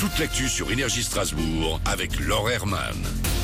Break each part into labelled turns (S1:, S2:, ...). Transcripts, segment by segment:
S1: toute l'actu sur Énergie Strasbourg avec Laure Herman.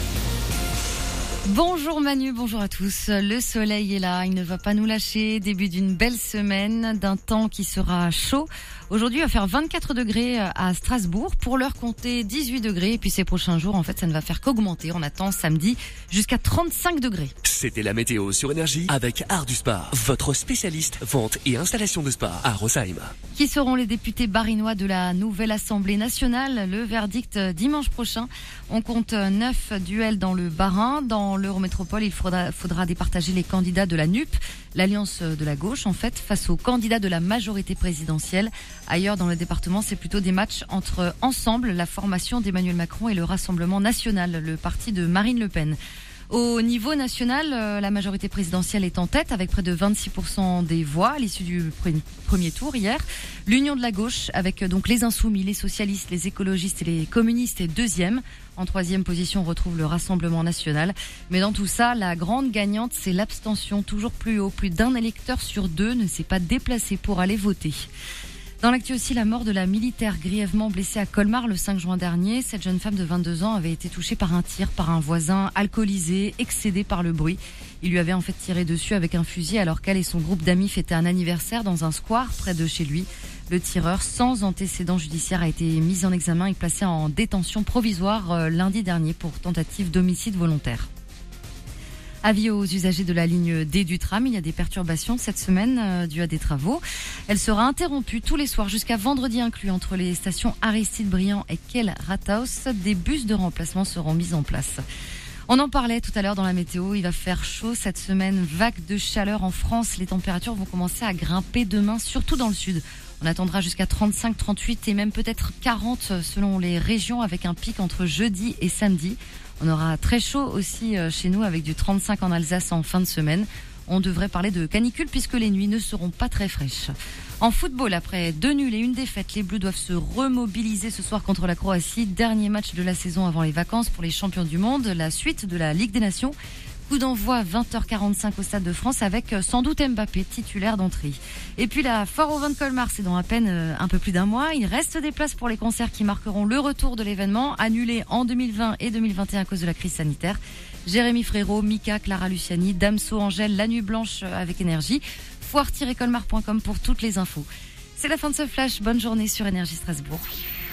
S2: Bonjour Manu, bonjour à tous. Le soleil est là, il ne va pas nous lâcher. Début d'une belle semaine, d'un temps qui sera chaud. Aujourd'hui, il va faire 24 degrés à Strasbourg. Pour l'heure, comptez 18 degrés. Et puis ces prochains jours, en fait, ça ne va faire qu'augmenter. On attend samedi jusqu'à 35 degrés.
S3: C'était la météo sur Énergie avec Art du Spa, votre spécialiste vente et installation de spa à Rosheim.
S2: Qui seront les députés barinois de la nouvelle Assemblée nationale? Le verdict dimanche prochain. On compte 9 duels dans le Bas-Rhin. Dans l'Eurométropole, il faudra départager les candidats de la NUP, l'Alliance de la gauche en fait, face aux candidats de la majorité présidentielle. Ailleurs dans le département, c'est plutôt des matchs entre Ensemble, la formation d'Emmanuel Macron, et le Rassemblement national, le parti de Marine Le Pen. Au niveau national, la majorité présidentielle est en tête avec près de 26% des voix à l'issue du premier tour hier. L'Union de la gauche, avec donc les Insoumis, les socialistes, les écologistes et les communistes, est deuxième. En troisième position, on retrouve le Rassemblement national. Mais dans tout ça, la grande gagnante, c'est l'abstention, toujours plus haut. Plus d'un électeur sur deux ne s'est pas déplacé pour aller voter. Dans l'actu aussi, la mort de la militaire grièvement blessée à Colmar le 5 juin dernier. Cette jeune femme de 22 ans avait été touchée par un tir par un voisin alcoolisé, excédé par le bruit. Il lui avait en fait tiré dessus avec un fusil alors qu'elle et son groupe d'amis fêtaient un anniversaire dans un square près de chez lui. Le tireur, sans antécédent judiciaire, a été mis en examen et placé en détention provisoire lundi dernier pour tentative d'homicide volontaire. Avis aux usagers de la ligne D du tram, il y a des perturbations cette semaine dues à des travaux. Elle sera interrompue tous les soirs jusqu'à vendredi inclus entre les stations Aristide-Briand et Kehl Rathaus. Des bus de remplacement seront mis en place. On en parlait tout à l'heure dans la météo, il va faire chaud cette semaine, vague de chaleur en France. Les températures vont commencer à grimper demain, surtout dans le sud. On attendra jusqu'à 35, 38 et même peut-être 40 selon les régions, avec un pic entre jeudi et samedi. On aura très chaud aussi chez nous avec du 35 en Alsace en fin de semaine. On devrait parler de canicule puisque les nuits ne seront pas très fraîches. En football, après 2 nuls et 1 défaite, les Bleus doivent se remobiliser ce soir contre la Croatie. Dernier match de la saison avant les vacances pour les champions du monde. La suite de la Ligue des Nations. Coup d'envoi 20h45 au Stade de France avec sans doute Mbappé titulaire d'entrée. Et puis la Foire au Vin de Colmar, c'est dans à peine un peu plus d'un mois. Il reste des places pour les concerts qui marqueront le retour de l'événement, annulé en 2020 et 2021 à cause de la crise sanitaire. Jérémy Frérot, Mika, Clara Luciani, Damso, Angèle, La Nuit Blanche avec Énergie. Foire-colmar.com pour toutes les infos. C'est la fin de ce flash. Bonne journée sur Énergie Strasbourg.